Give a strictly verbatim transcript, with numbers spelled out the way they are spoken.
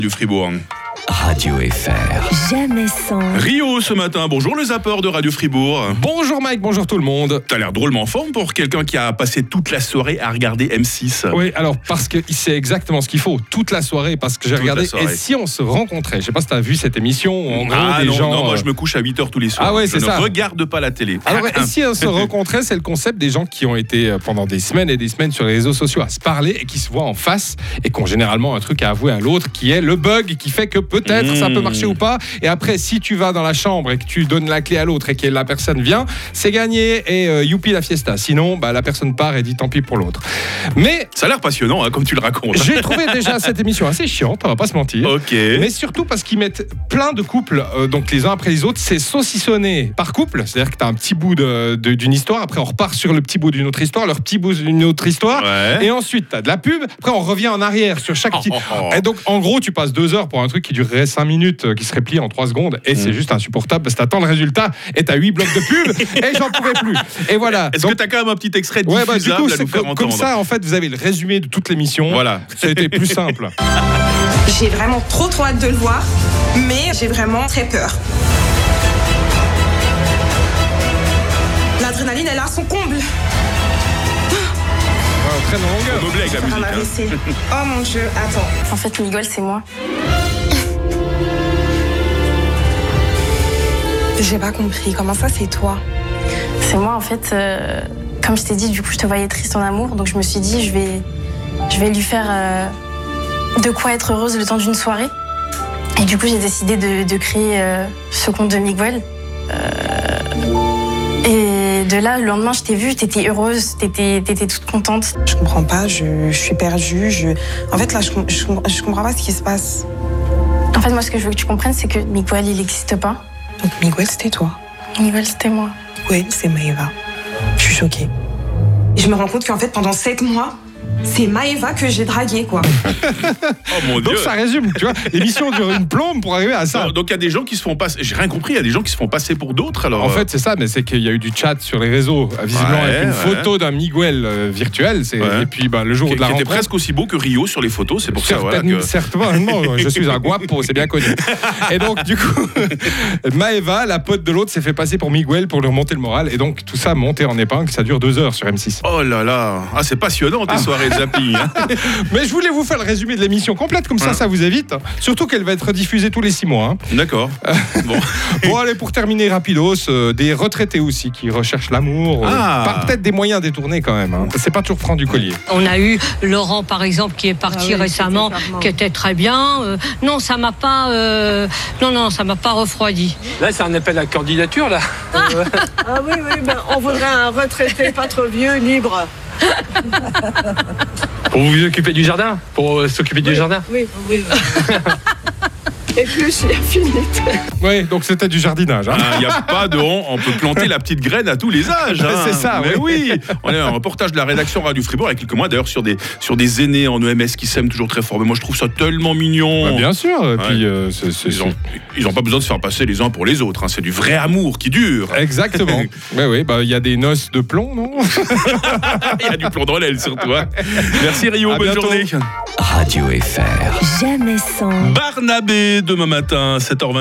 Du Fribourg. Radio F R. Jamais sans. Rio ce matin, bonjour le zappeur de Radio Fribourg. Bonjour Mike, bonjour tout le monde. T'as l'air drôlement en forme pour quelqu'un qui a passé toute la soirée à regarder M six. Oui, alors parce que c'est exactement ce qu'il faut, toute la soirée, parce que j'ai Toute regardé. la soirée. Et si on se rencontrait, je sais pas si t'as vu cette émission où en gros Ah des non, gens. non, moi euh, je me couche à huit heures tous les soirs. Ah ouais, je c'est ne ça. regarde pas la télé. Alors, et si on se rencontrait, c'est le concept des gens qui ont été euh, pendant des semaines et des semaines sur les réseaux sociaux à se parler et qui se voient en face et qui ont généralement un truc à avouer à l'autre qui est le bug qui fait que peut-être Mmh. ça peut marcher ou pas. Et après, si tu vas dans la chambre et que tu donnes la clé à l'autre et que la personne vient, c'est gagné et euh, youpi la fiesta. Sinon, bah, la personne part et dit tant pis pour l'autre. Mais Ça a l'air passionnant, hein, comme tu le racontes. j'ai trouvé déjà cette émission assez chiante, on va pas se mentir. Ok. Mais surtout parce qu'ils mettent plein de couples, euh, donc les uns après les autres, c'est saucissonné par couple. C'est-à-dire que tu as un petit bout de, de- d'une histoire, après on repart sur le petit bout d'une autre histoire, leur petit bout d'une autre histoire, Ouais. et ensuite tu as de la pub, après on revient en arrière sur chaque petit... Oh, oh, oh. Et donc en gros tu passes deux heures pour un truc qui durerait cinq minutes, euh, qui se replie en trois secondes, et c'est juste insupportable parce que t'attends le résultat et t'as huit blocs de pub, et j'en pouvais plus. Et voilà. Est-ce Donc, que t'as quand même un petit extrait ouais, bah, du diffusable coup, à c'est nous faire comme, entendre? comme ça, en fait, vous avez le résumé de toute l'émission. Voilà. Ça a été plus simple. J'ai vraiment trop trop hâte de le voir, mais j'ai vraiment très peur. L'adrénaline, elle est à son comble. Ouais, on traîne en longueur. Meublé avec la Ça va musique. hein. m'abaisser. Oh mon Dieu, attends. En fait, Miguel, c'est moi. J'ai pas compris. Comment ça, c'est toi? C'est moi, en fait. euh, comme je t'ai dit, du coup, je te voyais triste en amour. Donc, je me suis dit, je vais, je vais lui faire euh, de quoi être heureuse le temps d'une soirée. Et du coup, j'ai décidé de, de créer euh, ce compte de Miguel. Euh, et de là, le lendemain, je t'ai vue, t'étais heureuse, t'étais, t'étais toute contente. Je comprends pas. Je, je suis perdue. Je... En fait, là, je, com- je, com- je comprends pas ce qui se passe. En fait, moi, ce que je veux que tu comprennes, c'est que Miguel, il n'existe pas. Donc, Miguel, c'était toi. Miguel, c'était moi. Oui, c'est Maëva. Je suis choquée. Et je me rends compte qu'en fait, pendant sept mois, c'est Maëva que j'ai draguée, quoi. Oh mon Donc Dieu. ça résume, tu vois, l'émission dure une plombe pour arriver à ça. Donc il y a des gens qui se font passer. J'ai rien compris. Il y a des gens qui se font passer pour d'autres. Alors. En fait, c'est ça, mais c'est qu'il y a eu du chat sur les réseaux, visiblement Ouais, avec une ouais. photo d'un Miguel euh, virtuel. C'est, Ouais. Et puis bah, le jour qui, de la qui était rencontre. presque aussi beau que Rio sur les photos. C'est pour ça voilà, Certaine- que. Certainement, je suis un guapo, c'est bien connu. Et donc, du coup, Maëva, la pote de l'autre, s'est fait passer pour Miguel pour lui remonter le moral. Et donc, tout ça monté en épingle, ça dure deux heures sur M six. Oh là là. Ah, c'est passionnant tes Ah. soirées de zapping. hein. Mais je voulais vous faire le résumé de l'émission complète, comme ça, Hein. ça vous évite. Surtout qu'elle va être diffusée tous les six mois. hein. D'accord. Bon. Bon, allez, pour terminer rapidos, euh, des retraités aussi qui recherchent l'amour, euh, Ah. par peut-être des moyens détournés quand même. hein. C'est pas toujours franc du collier. On a eu Laurent, par exemple, qui est parti Ah oui, récemment, c'était charmant. qui était très bien. Euh, non, ça m'a pas, euh, non, non, ça m'a pas refroidi. Là, c'est un appel à candidature, là. Ah oui, oui, ben, on voudrait un retraité pas trop vieux, libre. Pour vous occuper du jardin. Pour euh, s'occuper du jardin. Oui, oui. Et plus, il y a fini. Oui, donc c'était du jardinage. hein. Il n'y a pas de honte, on peut planter la petite graine à tous les âges. hein. C'est ça, Mais oui. oui. On est un reportage de la rédaction Radio Fribourg il y a quelques mois, d'ailleurs, sur des, sur des aînés en E M S qui s'aiment toujours très fort. Mais moi, je trouve ça tellement mignon. Bah, bien sûr. Et puis, Ouais. euh, c'est- c'est- Ils n'ont ils ont pas besoin de se faire passer les uns pour les autres. hein. C'est du vrai amour qui dure. Exactement. Oui, oui, bah il y a des noces de plomb, non? Il y a du plomb dans l'aile sur toi. Merci Rio, À bonne bientôt. journée. Radio F R. Jamais sans. Barnabé, demain matin, sept heures vingt.